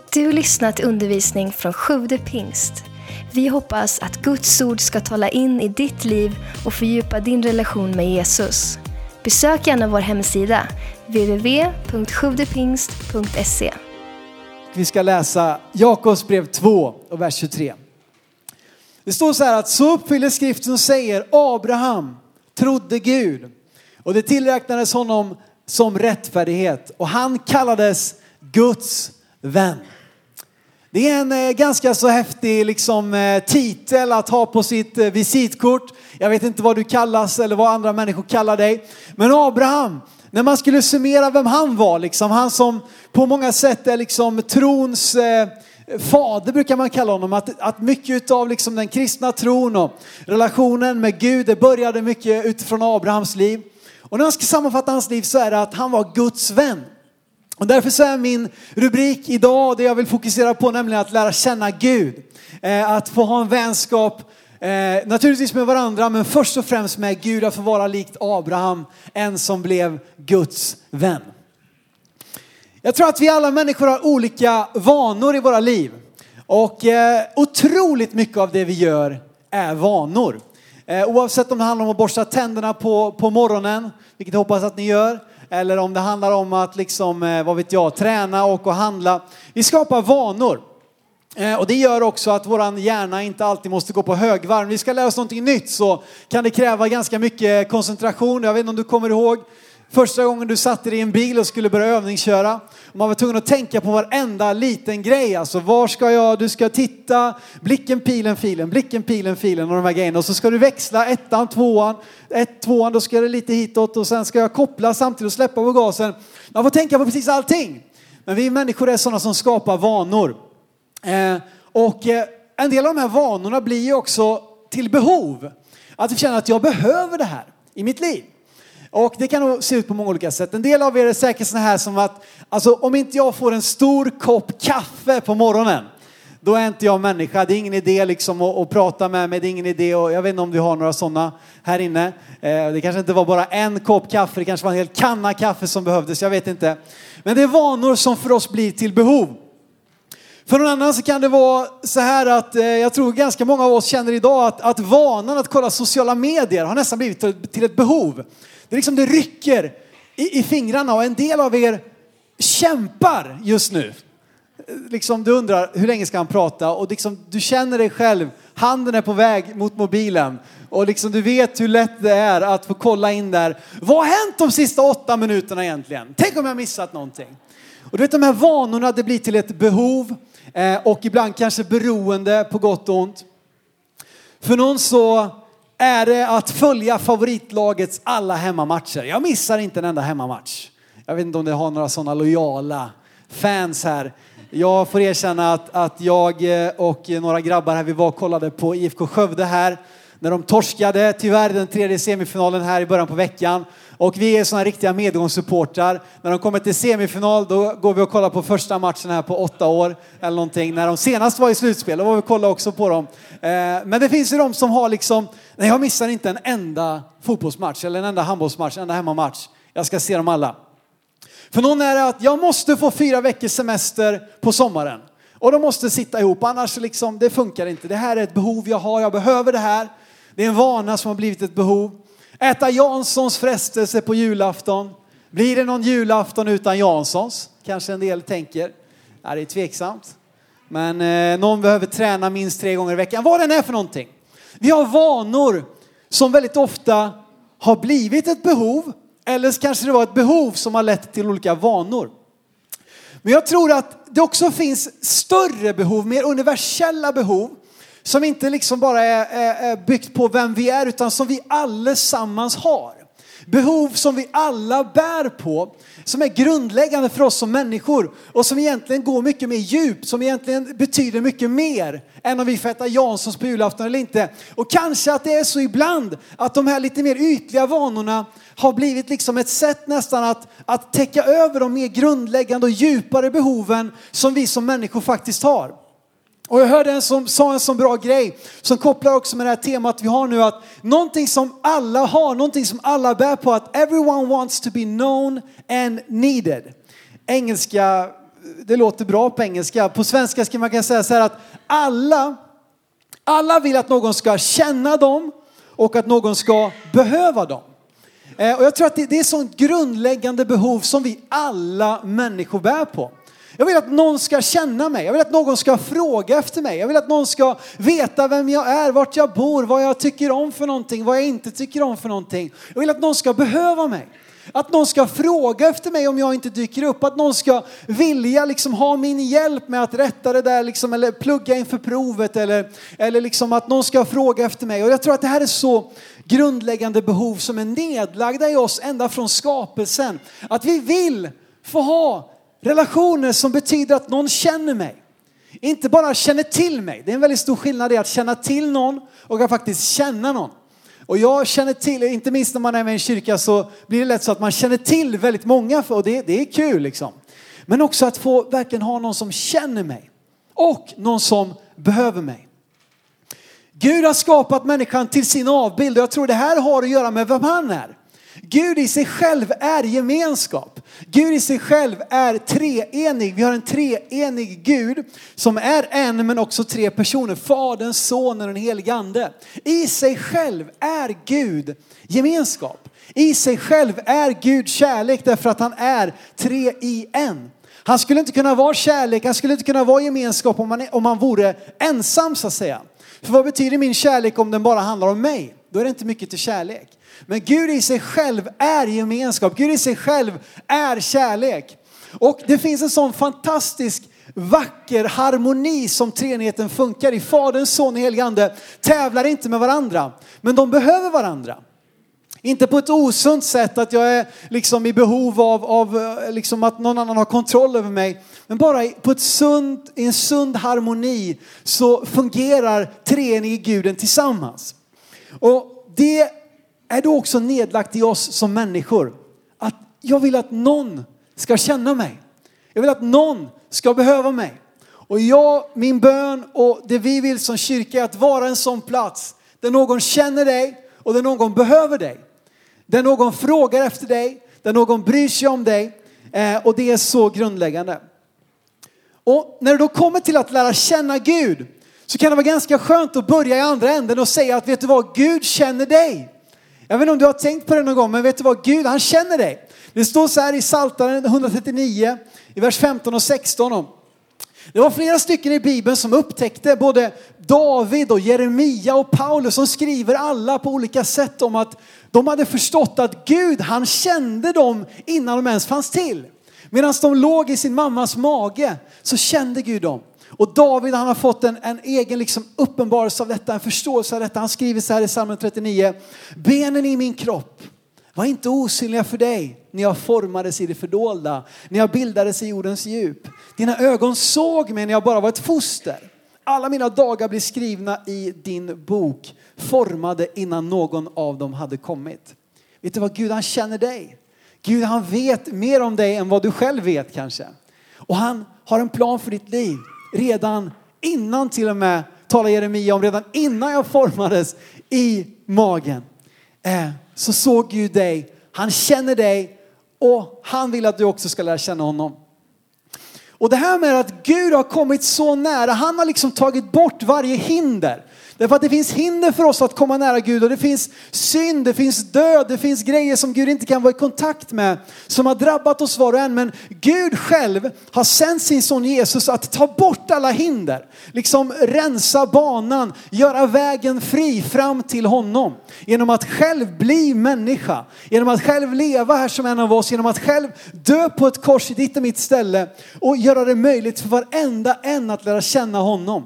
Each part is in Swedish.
Du lyssnat till undervisning från Sjude Pingst. Vi hoppas att Guds ord ska tala in i ditt liv och fördjupa din relation med Jesus. Besök gärna vår hemsida, www.sjuvdepingst.se. Vi ska läsa Jakobs brev 2 och vers 23. Det står så här att så uppfyller skriften och säger Abraham trodde Gud och det tillräknades honom som rättfärdighet och han kallades Guds vän. Det är en ganska så häftig titel att ha på sitt visitkort. Jag vet inte vad du kallas eller vad andra människor kallar dig. Men Abraham, när man skulle summera vem han var, han som på många sätt är trons fader brukar man kalla honom. Att mycket av den kristna tron och relationen med Gud, det började mycket utifrån Abrahams liv. Och när man ska sammanfatta hans liv så är det att han var Guds vän. Och därför så är min rubrik idag det jag vill fokusera på, nämligen att lära känna Gud. Att få ha en vänskap, naturligtvis med varandra, men först och främst med Gud. Att få vara likt Abraham, en som blev Guds vän. Jag tror att vi alla människor har olika vanor i våra liv. Och otroligt mycket av det vi gör är vanor. Oavsett om det handlar om att borsta tänderna på morgonen, vilket jag hoppas att ni gör. Eller om det handlar om att träna och handla. Vi skapar vanor. Och det gör också att våran hjärna inte alltid måste gå på högvarv. Om vi ska lära oss någonting nytt så kan det kräva ganska mycket koncentration. Jag vet inte om du kommer ihåg första gången du satt dig i en bil och skulle börja övningsköra. Och man var tvungen att tänka på varenda liten grej. Alltså var ska jag, du ska titta, blicken, pilen, filen och de här grejerna. Och så ska du växla ettan, tvåan, då ska det lite hitåt och sen ska jag koppla samtidigt och släppa på gasen. Man får tänka på precis allting. Men vi människor är sådana som skapar vanor. En del av de här vanorna blir ju också till behov. Att vi känner att jag behöver det här i mitt liv. Och det kan nog se ut på många olika sätt. En del av er är säkert såna här som att om inte jag får en stor kopp kaffe på morgonen, då är inte jag människa. Det är ingen idé att prata med mig. Det är ingen idé. Och jag vet inte om vi har några sådana här inne. Det kanske inte var bara en kopp kaffe. Det kanske var en hel kanna kaffe som behövdes. Jag vet inte. Men det är vanor som för oss blir till behov. För någon annan så kan det vara så här att jag tror ganska många av oss känner idag att vanan att kolla sociala medier har nästan blivit till ett behov. Det rycker i fingrarna och en del av er kämpar just nu. Du undrar hur länge ska han prata och du känner dig själv, handen är på väg mot mobilen och du vet hur lätt det är att få kolla in där. Vad har hänt de sista 8 minuterna egentligen? Tänk om jag har missat någonting. Och du vet de här vanorna, det blir till ett behov och ibland kanske beroende på gott och ont. För någon så är det att följa favoritlagets alla hemmamatcher. Jag missar inte en enda hemmamatch. Jag vet inte om det har några sådana lojala fans här. Jag får erkänna att jag och några grabbar här, vi var och kollade på IFK Skövde här. När de torskade tyvärr den 3:e semifinalen här i början på veckan. Och vi är såna riktiga medgångssupportrar. När de kommer till semifinal då går vi och kollar på första matchen här på 8 år. Eller någonting. När de senast var i slutspel då var vi och kollade också på dem. Men det finns ju de som har nej jag missar inte en enda fotbollsmatch. Eller en enda handbollsmatch, en enda hemmamatch. Jag ska se dem alla. För någon är det att jag måste få 4 veckors semester på sommaren. Och de måste sitta ihop, annars det funkar inte. Det här är ett behov jag har, jag behöver det här. Det är en vana som har blivit ett behov. Äta Janssons frestelse på julafton. Blir det någon julafton utan Janssons? Kanske en del tänker. Ja, det är tveksamt. Men någon behöver träna minst 3 gånger i veckan. Vad den är för någonting. Vi har vanor som väldigt ofta har blivit ett behov. Eller kanske det var ett behov som har lett till olika vanor. Men jag tror att det också finns större behov, mer universella behov. Som inte bara är byggt på vem vi är utan som vi allesammans har. Behov som vi alla bär på. Som är grundläggande för oss som människor. Och som egentligen går mycket mer djupt. Som egentligen betyder mycket mer än om vi får äta Janssons på julafton eller inte. Och kanske att det är så ibland att de här lite mer ytliga vanorna har blivit ett sätt nästan att täcka över de mer grundläggande och djupare behoven som vi som människor faktiskt har. Och jag hörde en som sa en sån bra grej som kopplar också med det här temat vi har nu, att någonting som alla har, någonting som alla bär på, att everyone wants to be known and needed. Engelska det låter bra på engelska. På svenska ska man kunna säga så här att alla vill att någon ska känna dem och att någon ska behöva dem. Och jag tror att det är sånt grundläggande behov som vi alla människor bär på. Jag vill att någon ska känna mig. Jag vill att någon ska fråga efter mig. Jag vill att någon ska veta vem jag är, vart jag bor, vad jag tycker om för någonting, vad jag inte tycker om för någonting. Jag vill att någon ska behöva mig. Att någon ska fråga efter mig om jag inte dyker upp. Att någon ska vilja liksom ha min hjälp med att rätta det där liksom, eller plugga inför provet. Eller liksom att någon ska fråga efter mig. Och jag tror att det här är så grundläggande behov som är nedlagda i oss ända från skapelsen. Att vi vill få ha relationer som betyder att någon känner mig. Inte bara känner till mig. Det är en väldigt stor skillnad i att känna till någon och att faktiskt känna någon. Och jag känner till, inte minst när man är med i en kyrka så blir det lätt så att man känner till väldigt många. Och det är kul liksom. Men också att få verkligen ha någon som känner mig. Och någon som behöver mig. Gud har skapat människan till sin avbild. Och jag tror det här har att göra med vem han är. Gud i sig själv är gemenskap. Gud i sig själv är treenig. Vi har en treenig Gud som är en men också tre personer. Fadern, Sonen och den helige Ande. I sig själv är Gud gemenskap. I sig själv är Gud kärlek därför att han är tre i en. Han skulle inte kunna vara kärlek, han skulle inte kunna vara gemenskap om han vore ensam så att säga. För vad betyder min kärlek om den bara handlar om mig? Då är det inte mycket till kärlek. Men Gud i sig själv är gemenskap. Gud i sig själv är kärlek. Och det finns en sån fantastisk vacker harmoni som treenigheten funkar i. Fadern, Son och helige Ande tävlar inte med varandra. Men de behöver varandra. Inte på ett osunt sätt att jag är liksom i behov av liksom att någon annan har kontroll över mig. Men bara på i en sund harmoni så fungerar treenige Guden tillsammans. Och det är då också nedlagt i oss som människor. Att jag vill att någon ska känna mig. Jag vill att någon ska behöva mig. Och min bön och det vi vill som kyrka är att vara en sån plats. Där någon känner dig och där någon behöver dig. Där någon frågar efter dig. Där någon bryr sig om dig. Och det är så grundläggande. Och när det då kommer till att lära känna Gud. Så kan det vara ganska skönt att börja i andra änden och säga att vet du vad, Gud känner dig. Jag vet inte om du har tänkt på det någon gång, men vet du vad, Gud han känner dig. Det står så här i Psaltaren 139 i vers 15 och 16 om. Det var flera stycken i Bibeln som upptäckte både David och Jeremia och Paulus som skriver alla på olika sätt om att de hade förstått att Gud han kände dem innan de ens fanns till. Medan de låg i sin mammas mage så kände Gud dem. Och David han har fått en egen liksom uppenbarelse av detta, en förståelse av detta. Han skriver så här i Psalm 39. Benen i min kropp var inte osynliga för dig när jag formades i det fördolda. När jag bildades i jordens djup. Dina ögon såg mig när jag bara var ett foster. Alla mina dagar blir skrivna i din bok. Formade innan någon av dem hade kommit. Vet du vad, Gud han känner dig. Gud han vet mer om dig än vad du själv vet kanske. Och han har en plan för ditt liv. Redan innan till och med talar Jeremia om redan innan jag formades i magen. Så såg Gud dig. Han känner dig och han vill att du också ska lära känna honom. Och det här med att Gud har kommit så nära. Han har liksom tagit bort varje hinder. Därför att det finns hinder för oss att komma nära Gud. Och det finns synd, det finns död, det finns grejer som Gud inte kan vara i kontakt med. Som har drabbat oss var och en. Men Gud själv har sänt sin son Jesus att ta bort alla hinder. Liksom rensa banan, göra vägen fri fram till honom. Genom att själv bli människa. Genom att själv leva här som en av oss. Genom att själv dö på ett kors i ditt och mitt ställe. Och göra det möjligt för varenda en att lära känna honom.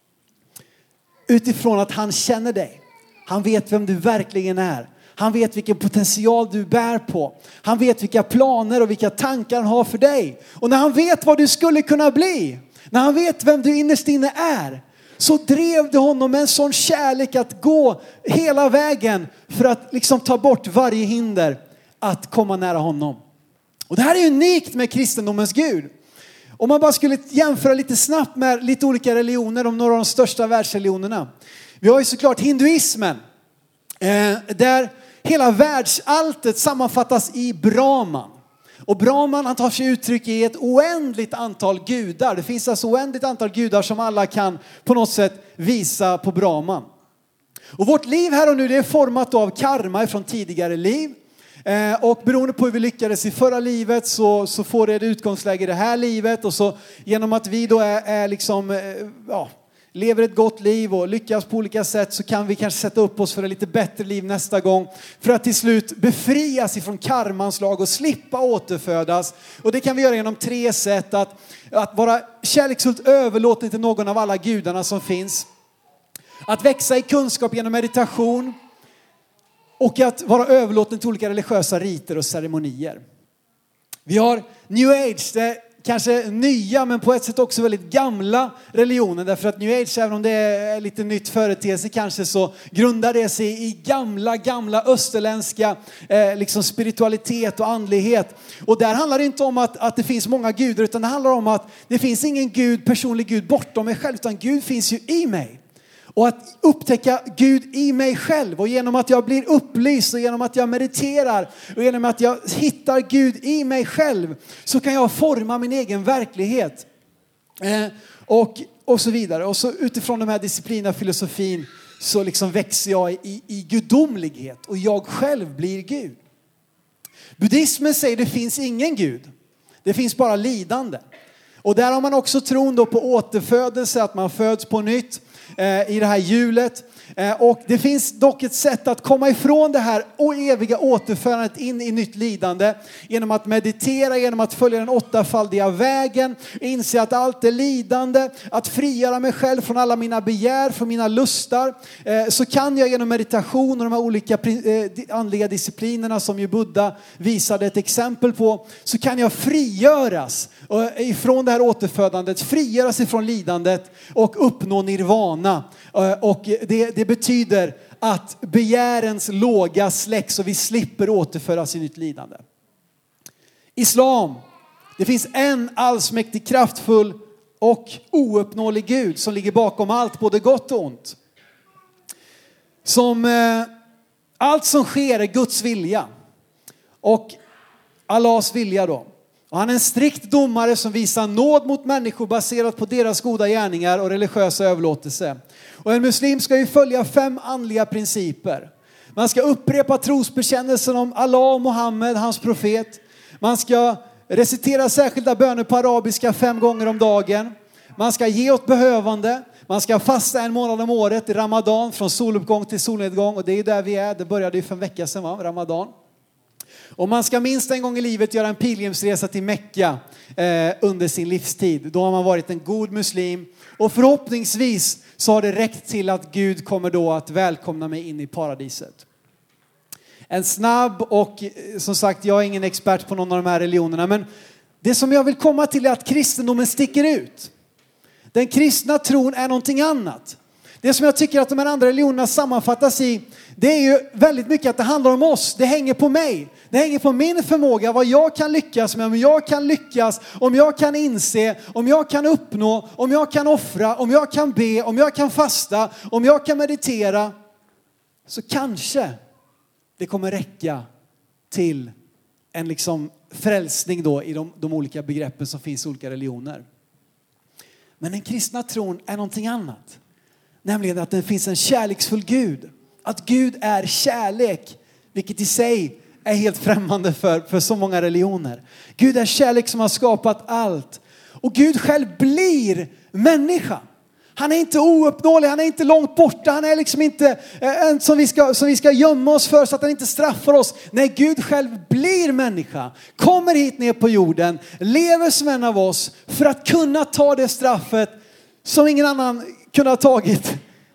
Utifrån att han känner dig. Han vet vem du verkligen är. Han vet vilken potential du bär på. Han vet vilka planer och vilka tankar han har för dig. Och när han vet vad du skulle kunna bli. När han vet vem du innerst inne är. Så drev du honom med en sån kärlek att gå hela vägen. För att liksom ta bort varje hinder att komma nära honom. Och det här är unikt med kristendomens Gud. Om man bara skulle jämföra lite snabbt med lite olika religioner, om några av de största världsreligionerna. Vi har ju såklart hinduismen. Där hela världsalltet sammanfattas i Brahman. Och Brahman, han tar sig uttryck i ett oändligt antal gudar. Det finns alltså oändligt antal gudar som alla kan på något sätt visa på Brahman. Och vårt liv här och nu, det är format av karma från tidigare liv. Och beroende på hur vi lyckades i förra livet så får det ett utgångsläge i det här livet. Och så genom att vi då är liksom, lever ett gott liv och lyckas på olika sätt, så kan vi kanske sätta upp oss för ett lite bättre liv nästa gång. För att till slut befrias ifrån karmans lag och slippa återfödas. Och det kan vi göra genom 3 sätt. Att vara kärleksfullt överlåten till någon av alla gudarna som finns. Att växa i kunskap genom meditation. Och att vara överlåten till olika religiösa riter och ceremonier. Vi har New Age, det kanske nya men på ett sätt också väldigt gamla religioner. Därför att New Age, även om det är lite nytt företeelse kanske, så grundar det sig i gamla österländska liksom spiritualitet och andlighet. Och där handlar det inte om att det finns många gudar, utan det handlar om att det finns ingen personlig gud bortom mig själv, utan Gud finns ju i mig. Och att upptäcka Gud i mig själv. Och genom att jag blir upplyst och genom att jag mediterar och genom att jag hittar Gud i mig själv, så kan jag forma min egen verklighet. Och så vidare. Och så utifrån de här disciplinerna, filosofin, så liksom växer jag i gudomlighet. Och jag själv blir Gud. Buddhismen säger det finns ingen Gud. Det finns bara lidande. Och där har man också tron då på återfödelse, att man föds på nytt i det här hjulet. Och det finns dock ett sätt att komma ifrån det här eviga återförandet in i nytt lidande. Genom att meditera, genom att följa den 8-faldiga vägen. Inse att allt är lidande. Att frigöra mig själv från alla mina begär, från mina lustar. Så kan jag genom meditation och de här olika andliga disciplinerna som ju Buddha visade ett exempel på. Så kan jag frigöras ifrån det här återfödandet. Frigöras ifrån lidandet och uppnå nirvana. Och det betyder att begärens låga släcks och vi slipper återföras i nytt lidande. Islam. Det finns en allsmäktig, kraftfull och ouppnåelig Gud som ligger bakom allt, både gott och ont. Allt som sker är Guds vilja. Och Allahs vilja då. Och han är en strikt domare som visar nåd mot människor baserat på deras goda gärningar och religiösa överlåtelse. Och en muslim ska ju följa 5 andliga principer. Man ska upprepa trosbekännelsen om Allah och Muhammed, hans profet. Man ska recitera särskilda böner på arabiska 5 gånger om dagen. Man ska ge åt behövande. Man ska fasta 1 månad om året i Ramadan, från soluppgång till solnedgång. Och det är där vi är. Det började ju för en vecka sedan, Ramadan. Och man ska minst en gång i livet göra en pilgrimsresa till Mekka under sin livstid. Då har man varit en god muslim. Och förhoppningsvis så har det räckt till att Gud kommer då att välkomna mig in i paradiset. En snabb, och som sagt, jag är ingen expert på någon av de här religionerna. Men det som jag vill komma till är att kristendomen sticker ut. Den kristna tron är någonting annat. Det som jag tycker att de här andra religionerna sammanfattas i, det är ju väldigt mycket att det handlar om oss. Det hänger på mig. Det hänger på min förmåga, vad jag kan lyckas med, om jag kan lyckas, om jag kan inse, om jag kan uppnå, om jag kan offra, om jag kan be, om jag kan fasta, om jag kan meditera. Så kanske det kommer räcka till en liksom frälsning då i de olika begreppen som finns i olika religioner. Men den kristna tron är någonting annat. Nämligen att det finns en kärleksfull Gud. Att Gud är kärlek. Vilket i sig är helt främmande för så många religioner. Gud är kärlek som har skapat allt. Och Gud själv blir människa. Han är inte ouppnåelig, han är inte långt borta. Han är liksom inte en som vi ska gömma oss för så att han inte straffar oss. Nej, Gud själv blir människa. Kommer hit ner på jorden. Lever som en av oss för att kunna ta det straffet som ingen annan kunde ha tagit.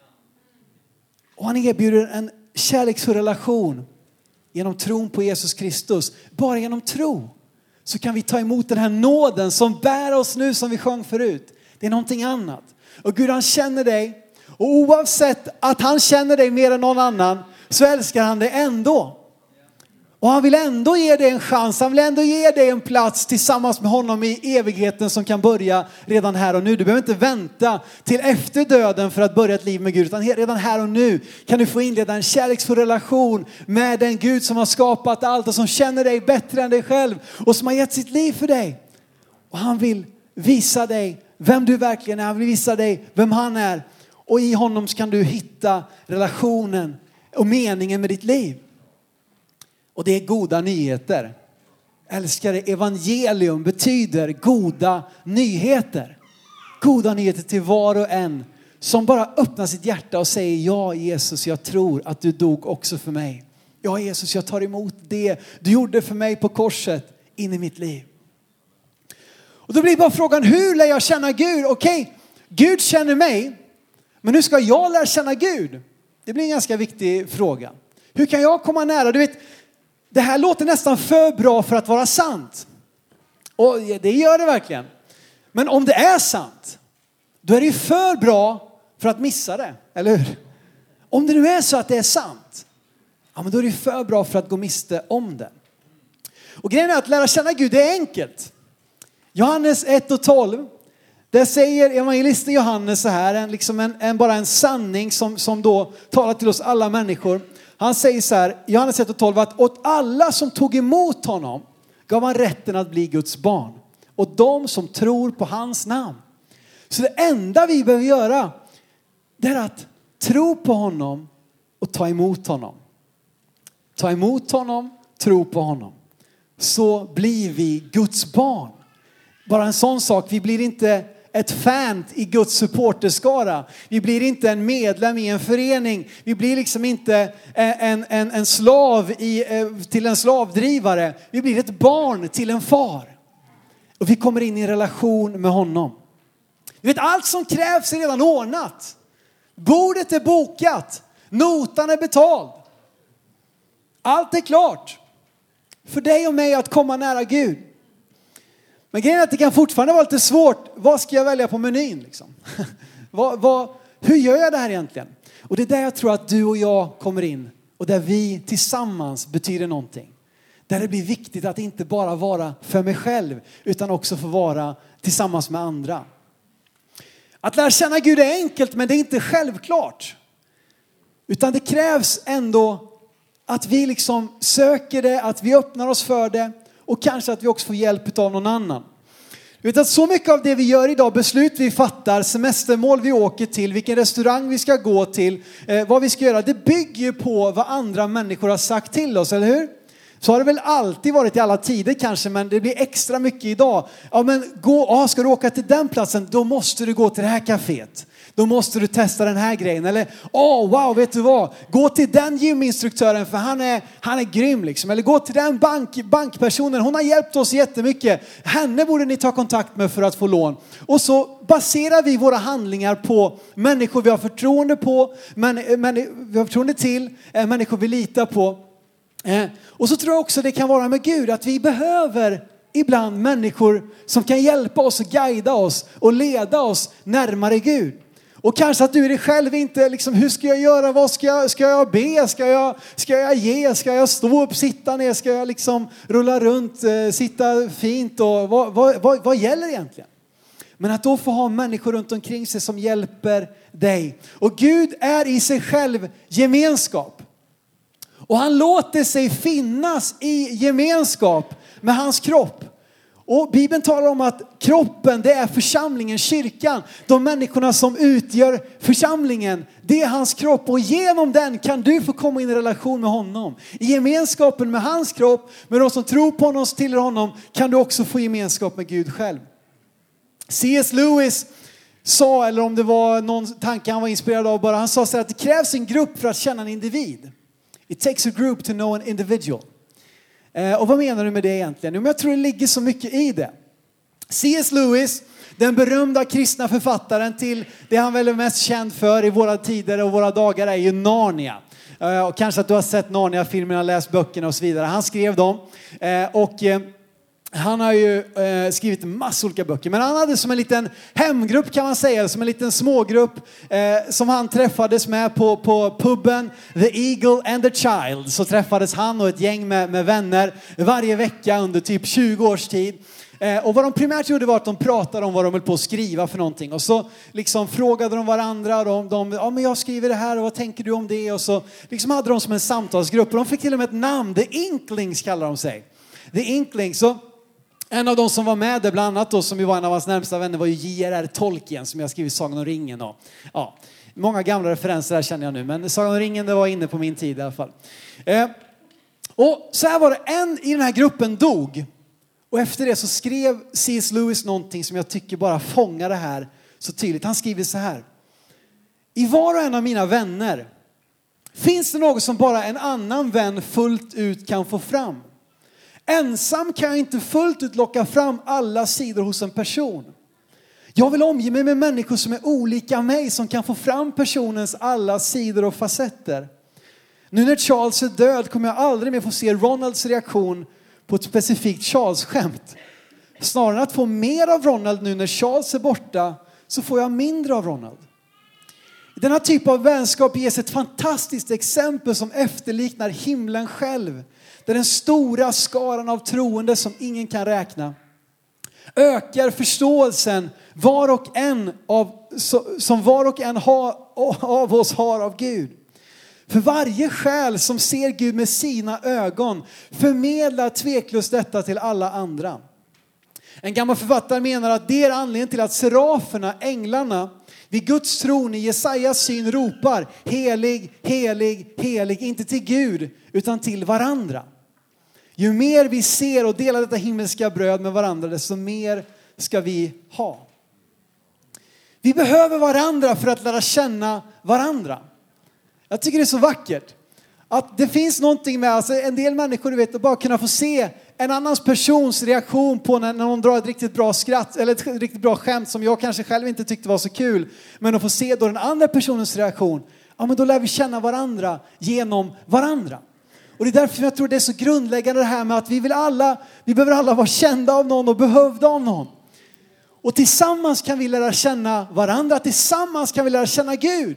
Och han erbjuder en kärleksfull relation genom tron på Jesus Kristus. Bara genom tro så kan vi ta emot den här nåden som bär oss nu, som vi sjöng förut. Det är någonting annat. Och Gud, han känner dig. Och oavsett att han känner dig mer än någon annan, så älskar han dig ändå. Och han vill ändå ge dig en chans. Han vill ändå ge dig en plats tillsammans med honom i evigheten som kan börja redan här och nu. Du behöver inte vänta till efter döden för att börja ett liv med Gud. Utan redan här och nu kan du få inleda en kärleksfull relation med den Gud som har skapat allt och som känner dig bättre än dig själv. Och som har gett sitt liv för dig. Och han vill visa dig vem du verkligen är. Han vill visa dig vem han är. Och i honom så kan du hitta relationen och meningen med ditt liv. Och det är goda nyheter. Älskare, evangelium betyder goda nyheter. Goda nyheter till var och en som bara öppnar sitt hjärta och säger: ja Jesus, jag tror att du dog också för mig. Ja Jesus, jag tar emot det du gjorde för mig på korset in i mitt liv. Och då blir bara frågan: hur lär jag känna Gud? Okej, Gud känner mig. Men hur ska jag lära känna Gud? Det blir en ganska viktig fråga. Hur kan jag komma nära? Du vet, det här låter nästan för bra för att vara sant. Och det gör det verkligen. Men om det är sant, då är det ju för bra för att missa det. Eller hur? Om det nu är så att det är sant, ja, men då är det för bra för att gå miste om det. Och grejen är att lära känna Gud, det är enkelt. Johannes 1:12. Där säger evangelisten Johannes så här, bara en sanning som då talar till oss alla människor. Han säger så här, Johannes 1:12, att åt alla som tog emot honom gav han rätten att bli Guds barn. Och de som tror på hans namn. Så det enda vi behöver göra, det är att tro på honom och ta emot honom. Ta emot honom, tro på honom. Så blir vi Guds barn. Bara en sån sak, vi blir inte ett fan i Guds supporterskara. Vi blir inte en medlem i en förening. Vi blir liksom inte en slav till en slavdrivare. Vi blir ett barn till en far. Och vi kommer in i en relation med honom. Du vet, allt som krävs är redan ordnat. Bordet är bokat. Notan är betald. Allt är klart. För dig och mig att komma nära Gud. Men grejen är att det kan fortfarande vara lite svårt. Vad ska jag välja på menyn liksom? Hur gör jag det här egentligen? Och det är där jag tror att du och jag kommer in. Och där vi tillsammans betyder någonting. Där det blir viktigt att inte bara vara för mig själv. Utan också få vara tillsammans med andra. Att lära känna Gud är enkelt, men det är inte självklart. Utan det krävs ändå att vi liksom söker det. Att vi öppnar oss för det. Och kanske att vi också får hjälp av någon annan. Du vet att så mycket av det vi gör idag, beslut vi fattar, semestermål vi åker till, vilken restaurang vi ska gå till, vad vi ska göra, det bygger på vad andra människor har sagt till oss, eller hur? Så har det väl alltid varit i alla tider kanske, men det blir extra mycket idag. Ja, men ska du åka till den platsen, då måste du gå till det här kaféet. Då måste du testa den här grejen. Eller, wow, vet du vad? Gå till den gyminstruktören för han är grym liksom. Eller gå till den bankpersonen. Hon har hjälpt oss jättemycket. Henne borde ni ta kontakt med för att få lån. Och så baserar vi våra handlingar på människor vi har förtroende på. Vi har förtroende till. Människor vi litar på. Och så tror jag också det kan vara med Gud. Att vi behöver ibland människor som kan hjälpa oss och guida oss. Och leda oss närmare Gud. Och kanske att du är dig själv inte liksom, hur ska jag göra? Vad ska jag be? Ska jag ge? Ska jag stå upp, sitta ner? Ska jag liksom rulla runt, sitta fint? Och vad gäller egentligen? Men att då få ha människor runt omkring sig som hjälper dig. Och Gud är i sig själv gemenskap. Och han låter sig finnas i gemenskap med hans kropp. Och Bibeln talar om att kroppen, det är församlingen, kyrkan. De människorna som utgör församlingen, det är hans kropp. Och genom den kan du få komma in i relation med honom. I gemenskapen med hans kropp, med de som tror på honom och tillhör honom, kan du också få gemenskap med Gud själv. C.S. Lewis sa, eller om det var någon tanke han var inspirerad av bara, han sa så här att det krävs en grupp för att känna en individ. It takes a group to know an individual. Och vad menar du med det egentligen? Jo, men jag tror det ligger så mycket i det. C.S. Lewis, den berömda kristna författaren till det han väl är mest känd för i våra tider och våra dagar är ju Narnia. Och kanske att du har sett Narnia-filmerna, läst böckerna och så vidare. Han skrev dem. Och Han har ju skrivit massor olika böcker. Men han hade som en liten hemgrupp kan man säga. Som en liten smågrupp som han träffades med på puben The Eagle and the Child. Så träffades han och ett gäng med vänner varje vecka under typ 20 års tid. Och vad de primärt gjorde var att de pratade om vad de höll på att skriva för någonting. Och så liksom frågade de varandra. Ja men jag skriver det här och vad tänker du om det? Och så liksom hade de som en samtalsgrupp. Och de fick till och med ett namn. The Inklings kallar de sig. The Inklings. Så en av de som var med där bland annat då, som ju var en av hans närmsta vänner, var ju J.R.R. Tolkien som jag skrivit Sagan om ringen. Och, ja, många gamla referenser här känner jag nu. Men Sagan om ringen, det var inne på min tid i alla fall. Och så här var det, en i den här gruppen dog. Och efter det så skrev C.S. Lewis någonting som jag tycker bara fångar det här så tydligt. Han skriver så här. I var och en av mina vänner finns det något som bara en annan vän fullt ut kan få fram. Ensam kan jag inte fullt ut locka fram alla sidor hos en person. Jag vill omge mig med människor som är olika mig, som kan få fram personens alla sidor och facetter. Nu när Charles är död kommer jag aldrig mer få se Ronalds reaktion på ett specifikt Charles-skämt. Snarare än att få mer av Ronald nu när Charles är borta, så får jag mindre av Ronald. I denna typ av vänskap ges ett fantastiskt exempel som efterliknar himlen själv. Där den stora skaran av troende som ingen kan räkna ökar förståelsen som var och en av oss har av Gud. För varje själ som ser Gud med sina ögon förmedlar tveklöst detta till alla andra. En gammal författare menar att det är anledningen till att seraferna, änglarna, vid Guds tron i Jesajas syn ropar helig, helig, helig, inte till Gud utan till varandra. Ju mer vi ser och delar detta himmelska bröd med varandra, desto mer ska vi ha. Vi behöver varandra för att lära känna varandra. Jag tycker det är så vackert. Att det finns någonting med, alltså en del människor, du vet, att bara kunna få se en annans persons reaktion på när de drar ett riktigt bra skratt eller ett riktigt bra skämt som jag kanske själv inte tyckte var så kul. Men att få se då den andra personens reaktion, ja men då lär vi känna varandra genom varandra. Och det är därför jag tror det är så grundläggande det här med att vi behöver alla vara kända av någon och behövda av någon. Och tillsammans kan vi lära känna varandra, tillsammans kan vi lära känna Gud.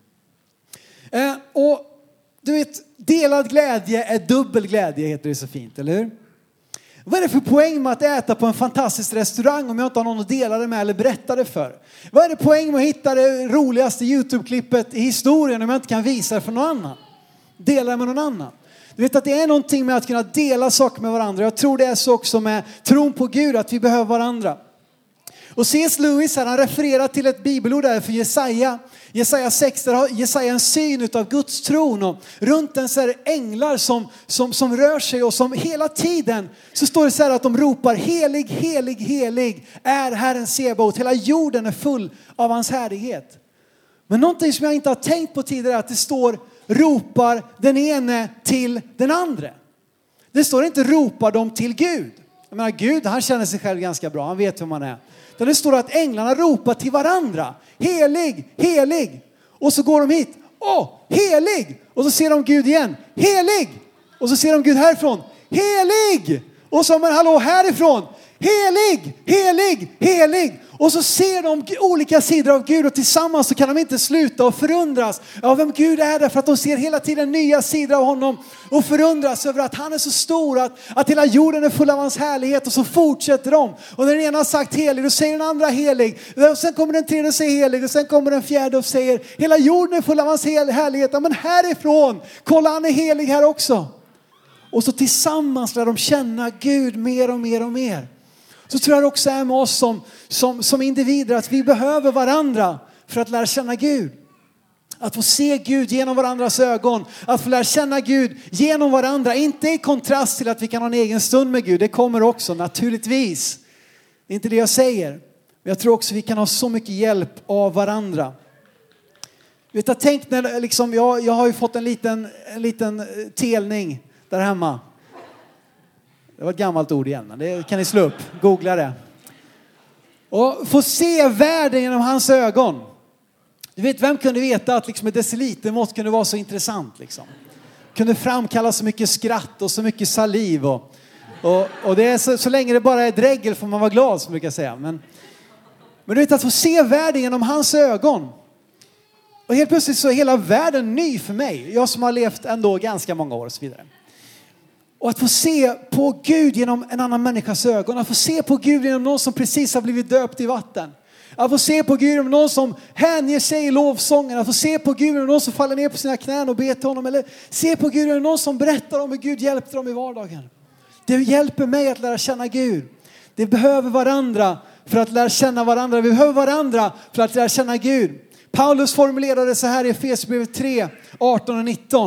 Och du vet, delad glädje är dubbel glädje, heter det så fint, eller hur? Vad är det för poäng med att äta på en fantastisk restaurang om jag inte har någon att dela det med eller berätta det för? Vad är det poäng med att hitta det roligaste YouTube-klippet i historien om jag inte kan visa det för någon annan? Dela det med någon annan. Du vet att det är någonting med att kunna dela saker med varandra. Jag tror det är så också med tron på Gud, att vi behöver varandra. Och C.S. Lewis här, han refererar till ett bibelord där för Jesaja 6, där har Jesaja en syn utav Guds tron. Och runt den så är det änglar som rör sig och som hela tiden så står det så här att de ropar helig, helig, helig är Herren Sebaot. Hela jorden är full av hans härlighet. Men någonting som jag inte har tänkt på tidigare är att det står ropar den ene till den andra. Det står inte ropar dem till Gud. Jag menar Gud, han känner sig själv ganska bra, han vet hur man är. Där det står att änglarna ropar till varandra. Helig, helig. Och så går de hit. Helig. Och så ser de Gud igen. Helig. Och så ser de Gud härifrån. Helig. Och så, men hallå, härifrån. Helig, helig, helig. Och så ser de olika sidor av Gud och tillsammans så kan de inte sluta och förundras av vem Gud är, därför att de ser hela tiden nya sidor av honom och förundras över att han är så stor, att hela jorden är full av hans härlighet. Och så fortsätter de. Och när den ena har sagt helig, då säger den andra helig. Och sen kommer den tredje och säger helig. Och sen kommer den fjärde och säger hela jorden är full av hans härlighet. Ja, men härifrån, kolla, han är helig här också. Och så tillsammans lär de känna Gud mer och mer och mer. Så tror jag också är med oss som individer att vi behöver varandra för att lära känna Gud. Att få se Gud genom varandras ögon. Att få lära känna Gud genom varandra. Inte i kontrast till att vi kan ha en egen stund med Gud. Det kommer också naturligtvis. Det är inte det jag säger. Men jag tror också att vi kan ha så mycket hjälp av varandra. Vet jag tänkt när liksom, jag har ju fått en liten telning där hemma. Det var ett gammalt ord igen, men det kan ni slå upp. Googla det. Och få se världen genom hans ögon. Du vet, vem kunde veta att liksom ett decilitermått kunde vara så intressant? Liksom? Kunde framkalla så mycket skratt och så mycket saliv. Och Och det är så länge det bara är dräggel får man vara glad, som brukar jag säga. Men du vet, att få se världen genom hans ögon. Och helt plötsligt så är hela världen ny för mig. Jag som har levt ändå ganska många år och så vidare. Och att få se på Gud genom en annan människas ögon. Att få se på Gud genom någon som precis har blivit döpt i vatten. Att få se på Gud genom någon som hänger sig i lovsången. Att få se på Gud genom någon som faller ner på sina knän och ber till honom. Eller se på Gud genom någon som berättar om hur Gud hjälpte dem i vardagen. Det hjälper mig att lära känna Gud. Det behöver varandra för att lära känna varandra. Vi behöver varandra för att lära känna Gud. Paulus formulerade så här i Efesierbrevet 3, 18 och 19.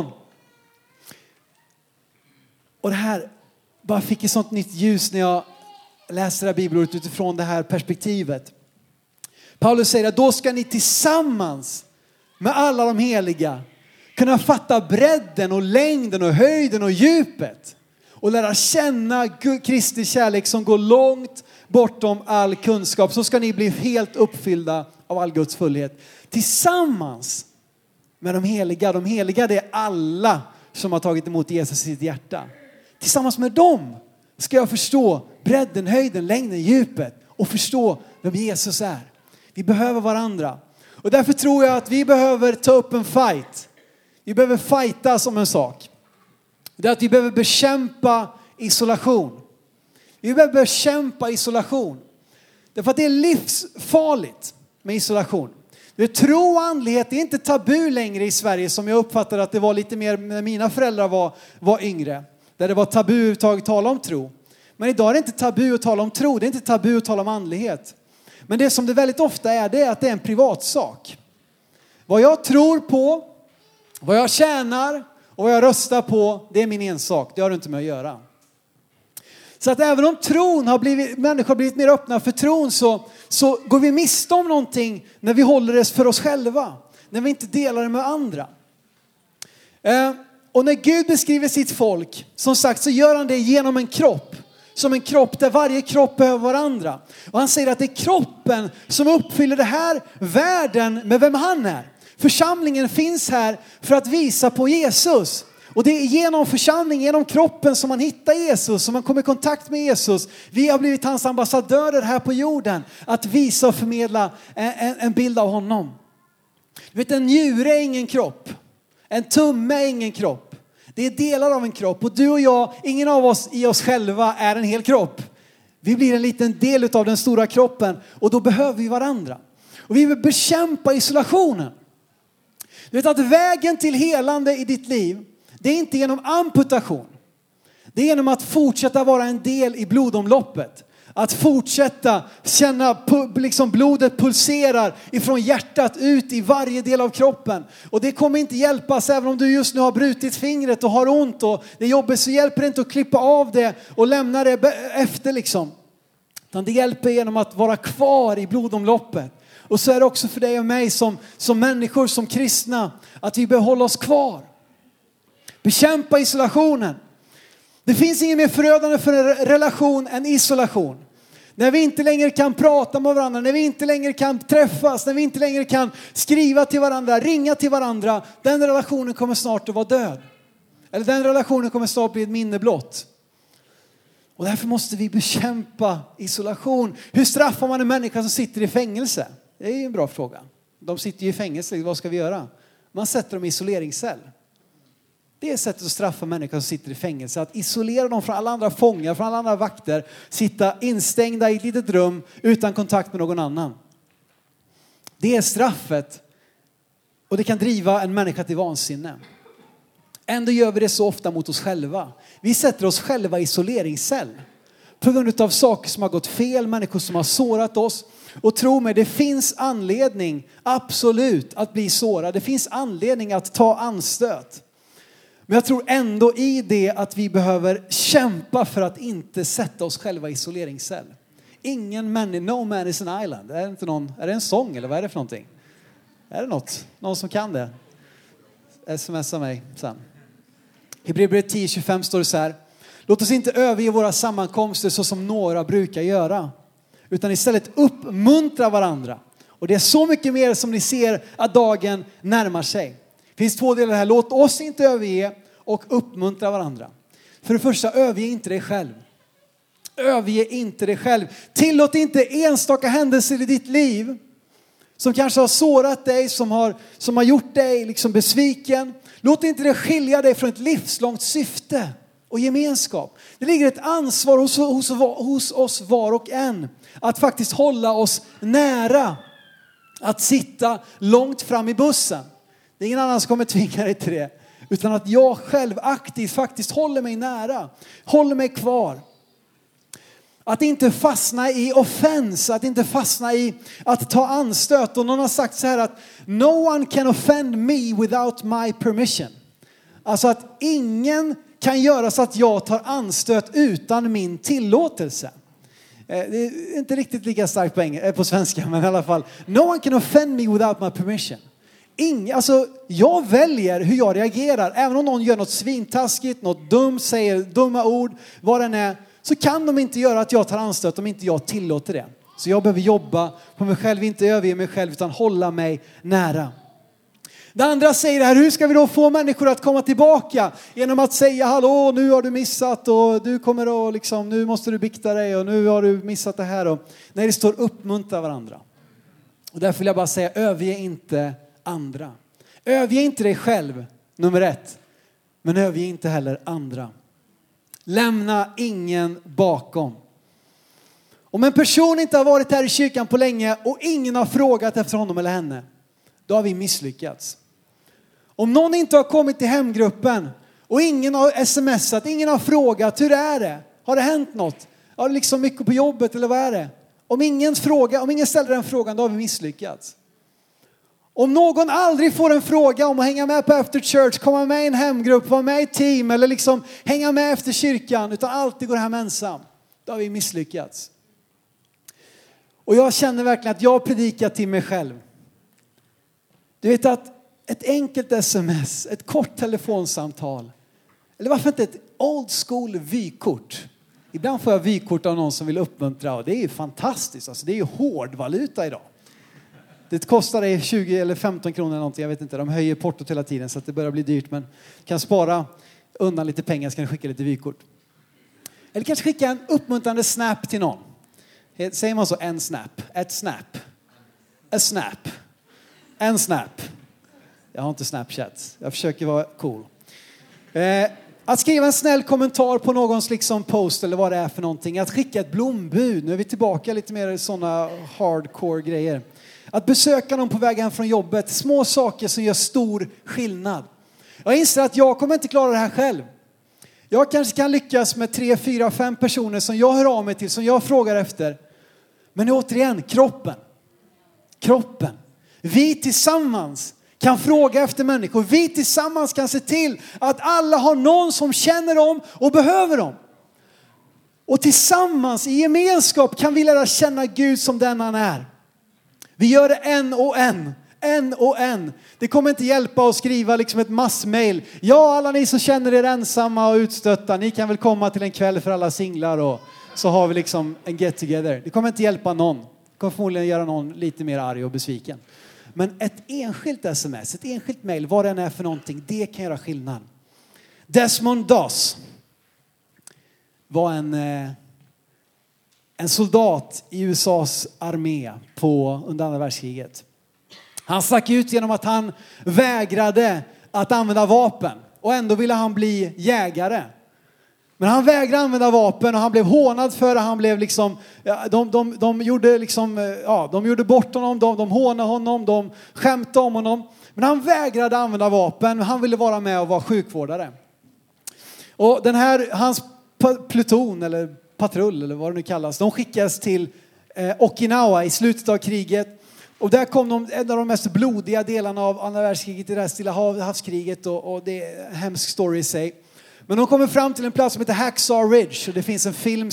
Och det här bara fick ett sånt nytt ljus när jag läste det här bibelordet utifrån det här perspektivet. Paulus säger att då ska ni tillsammans med alla de heliga kunna fatta bredden och längden och höjden och djupet. Och lära känna Kristi kärlek som går långt bortom all kunskap. Så ska ni bli helt uppfyllda av all Guds fullhet. Tillsammans med de heliga. De heliga, det är alla som har tagit emot Jesus i sitt hjärta. Tillsammans med dem ska jag förstå bredden, höjden, längden, djupet. Och förstå vem Jesus är. Vi behöver varandra. Och därför tror jag att vi behöver ta upp en fight. Vi behöver fightas om en sak. Det är att vi behöver bekämpa isolation. Vi behöver bekämpa isolation. Därför att det är livsfarligt med isolation. Tro och andlighet är inte tabu längre i Sverige, som jag uppfattade att det var lite mer när mina föräldrar var yngre. Där det var tabu överhuvudtaget att tala om tro. Men idag är det inte tabu att tala om tro. Det är inte tabu att tala om andlighet. Men det som det väldigt ofta är, det är att det är en privatsak. Vad jag tror på, vad jag tjänar och vad jag röstar på, det är min ensak. Det har du inte med att göra. Så att även om människor har blivit mer öppna för tron, så går vi miste om någonting när vi håller det för oss själva. När vi inte delar det med andra. Och när Gud beskriver sitt folk, som sagt, så gör han det genom en kropp. Som en kropp där varje kropp behöver varandra. Och han säger att det är kroppen som uppfyller det här världen med vem han är. Församlingen finns här för att visa på Jesus. Och det är genom församlingen, genom kroppen som man hittar Jesus. Som man kommer i kontakt med Jesus. Vi har blivit hans ambassadörer här på jorden. Att visa och förmedla en bild av honom. Du vet, en njure är ingen kropp. En tumme är ingen kropp. Det är delar av en kropp. Och du och jag, ingen av oss i oss själva är en hel kropp. Vi blir en liten del av den stora kroppen. Och då behöver vi varandra. Och vi vill bekämpa isolationen. Du vet att vägen till helande i ditt liv, det är inte genom amputation. Det är genom att fortsätta vara en del i blodomloppet. Att fortsätta känna liksom blodet pulserar ifrån hjärtat ut i varje del av kroppen. Och det kommer inte hjälpas även om du just nu har brutit fingret och har ont. Och det är jobbigt, så hjälper det inte att klippa av det och lämna det efter liksom. Utan det hjälper genom att vara kvar i blodomloppet. Och så är det också för dig och mig som människor, som kristna, att vi behåller oss kvar. Bekämpa isolationen. Det finns inget mer förödande för en relation än isolation. När vi inte längre kan prata med varandra, när vi inte längre kan träffas, när vi inte längre kan skriva till varandra, ringa till varandra. Den relationen kommer snart att vara död. Eller den relationen kommer snart bli ett minne blott. Och därför måste vi bekämpa isolation. Hur straffar man en människa som sitter i fängelse? Det är ju en bra fråga. De sitter ju i fängelse, vad ska vi göra? Man sätter dem i isoleringscell. Det är sättet att straffa människor som sitter i fängelse. Att isolera dem från alla andra fångar, från alla andra vakter. Sitta instängda i ett litet rum utan kontakt med någon annan. Det är straffet. Och det kan driva en människa till vansinne. Ändå gör vi det så ofta mot oss själva. Vi sätter oss själva i isoleringscell. På grund av saker som har gått fel, människor som har sårat oss. Och tro mig, det finns anledning, absolut, att bli sårad. Det finns anledning att ta anstöt. Men jag tror ändå i det att vi behöver kämpa för att inte sätta oss själva i isoleringscell. No man is an island. Är det en sång eller vad är det för någonting? Är det någon som kan det? Smsa mig sen. I Hebreerbrevet 10:25 står det så här: låt oss inte överge våra sammankomster så som några brukar göra, utan istället uppmuntra varandra. Och det är så mycket mer som ni ser att dagen närmar sig. Det finns två delar här. Låt oss inte överge och uppmuntra varandra. För det första, överge inte dig själv. Överge inte dig själv. Tillåt inte enstaka händelser i ditt liv som kanske har sårat dig, som har gjort dig liksom besviken. Låt inte det skilja dig från ett livslångt syfte och gemenskap. Det ligger ett ansvar hos oss var och en att faktiskt hålla oss nära. Att sitta långt fram i bussen. Det är ingen annan som kommer tvinga dig till det. Utan att jag själv aktivt faktiskt håller mig nära. Håller mig kvar. Att inte fastna i offense. Att inte fastna i att ta anstöt. Och någon har sagt så här att no one can offend me without my permission. Alltså att ingen kan göra så att jag tar anstöt utan min tillåtelse. Det är inte riktigt lika starkt på svenska, men i alla fall. No one can offend me without my permission. Jag väljer hur jag reagerar. Även om någon gör något svintaskigt, något dumt, säger dumma ord, vad den är. Så kan de inte göra att jag tar anstöt om inte jag tillåter det. Så jag behöver jobba på mig själv, inte överge mig själv, utan hålla mig nära. Det andra säger det här, hur ska vi då få människor att komma tillbaka? Genom att säga, hallå, nu har du missat och du kommer att liksom, nu måste du bikta dig och nu har du missat det här. Och när det står uppmuntra varandra. Och därför vill jag bara säga, överge inte andra. Överge inte dig själv, nummer 1. Men överge inte heller andra. Lämna ingen bakom. Om en person inte har varit här i kyrkan på länge och ingen har frågat efter honom eller henne, då har vi misslyckats. Om någon inte har kommit till hemgruppen och ingen har smsat, ingen har frågat, hur är det? Har det hänt något? Har det liksom mycket på jobbet eller vad är det? Om ingen ställer den frågan, då har vi misslyckats. Om någon aldrig får en fråga om att hänga med på after church, komma med i en hemgrupp, vara med i team eller liksom hänga med efter kyrkan, utan alltid går hem ensam, då har vi misslyckats. Och jag känner verkligen att jag predikar till mig själv. Du vet att ett enkelt sms, ett kort telefonsamtal, eller varför inte ett old school vykort. Ibland får jag vykort av någon som vill uppmuntra och det är ju fantastiskt. Alltså det är ju hård valuta idag. Det kostar dig 20 eller 15 kronor eller någonting, jag vet inte. De höjer portot hela tiden så att det börjar bli dyrt, men kan spara undan lite pengar så kan du skicka lite vykort. Eller kanske skicka en uppmuntrande snap till någon. Säger man så, en snap, ett snap, a snap. En snap. Jag har inte Snapchat. Jag försöker vara cool. Att skriva en snäll kommentar på någons liksom post eller vad det är för någonting. Att skicka ett blombud. Nu är vi tillbaka lite mer i sådana hardcore grejer. Att besöka någon på vägen från jobbet. Små saker som gör stor skillnad. Jag inser att jag kommer inte klara det här själv. Jag kanske kan lyckas med 3, 4, 5 personer som jag hör av mig till. Som jag frågar efter. Men återigen, kroppen. Vi tillsammans kan fråga efter människor. Vi tillsammans kan se till att alla har någon som känner dem och behöver dem. Och tillsammans i gemenskap kan vi lära känna Gud som den han är. Vi gör det en och en. Det kommer inte hjälpa att skriva liksom ett massmail. Ja, alla ni som känner er ensamma och utstötta, ni kan väl komma till en kväll för alla singlar och så har vi liksom en get together. Det kommer inte hjälpa någon. Det kommer förmodligen göra någon lite mer arg och besviken. Men ett enskilt sms, ett enskilt mejl, vad den är för någonting, det kan göra skillnad. Desmond Doss var en soldat i USAs armé under andra världskriget. Han stack ut genom att han vägrade att använda vapen. Och ändå ville han bli jägare. Men han vägrade använda vapen och han blev hånad för det. Han blev liksom, de gjorde bort honom, de hånade honom, de skämtade om honom. Men han vägrade använda vapen, han ville vara med och vara sjukvårdare. Och hans pluton eller patrull eller vad det nu kallas, de skickades till Okinawa i slutet av kriget. Och där kom en av de mest blodiga delarna av andra världskriget, i det här Stilla havskriget, och det är en hemsk story i sig. Men de kommer fram till en plats som heter Hacksaw Ridge. Och det finns en film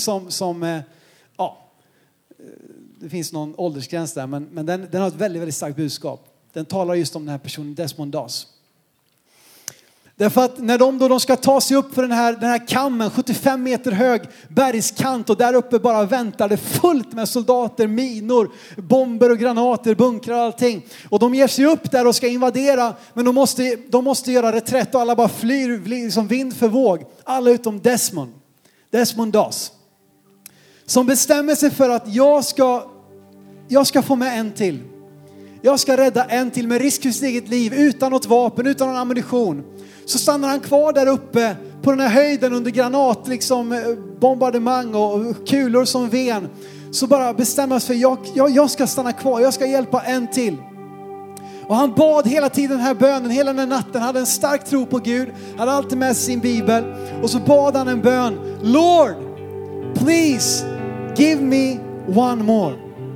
det finns någon åldersgräns där. Men den har ett väldigt, väldigt starkt budskap. Den talar just om den här personen, Desmond Doss. Därför att när de ska ta sig upp för den här kammen, 75 meter hög bergskant, och där uppe bara väntar det fullt med soldater, minor, bomber och granater, bunkrar och allting. Och de ger sig upp där och ska invadera, men de måste göra reträtt och alla bara flyr som vind för våg. Alla utom Desmond Doss. som bestämmer sig för att jag ska få med en till. Jag ska rädda en till med risk för sitt eget liv, utan något vapen, utan någon ammunition. Så stannar han kvar där uppe på den här höjden under granat, bombardemang och kulor som ven. Så bara bestämmer sig för jag ska stanna kvar, jag ska hjälpa en till. Och han bad hela tiden den här bönen, hela den här natten, hade en stark tro på Gud, hade alltid med sin bibel. Och så bad han en bön: Lord, please give me one more.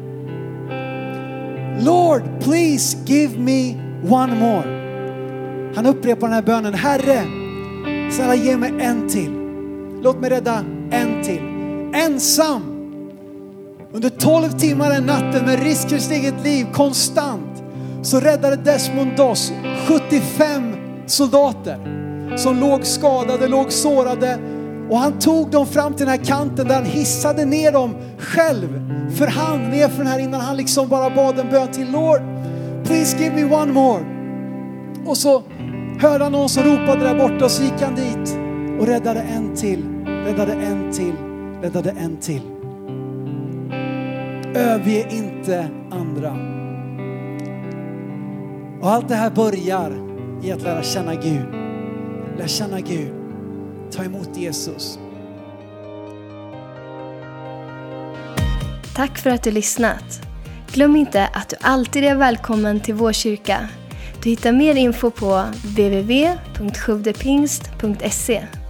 Lord, please give me one more. Han upprepar den här bönen: Herre, snälla ge mig en till. Låt mig rädda en till. Ensam. Under 12 timmar en natten med risk för sitt eget liv, konstant, så räddade Desmond Doss 75 soldater som låg skadade, låg sårade. Och han tog dem fram till den här kanten där han hissade ner dem själv för hand ner för den här, innan han bara bad en bön till: Lord, please give me one more. Och så hörde han någon som ropade där borta, och så gick han dit och räddade en till, räddade en till, räddade en till. Överge inte andra. Och allt det här börjar i att lära känna Gud. Lära känna Gud. Ta emot Jesus. Tack för att du lyssnat. Glöm inte att du alltid är välkommen till vår kyrka. Du hittar mer info på www.sjuvdepingst.se.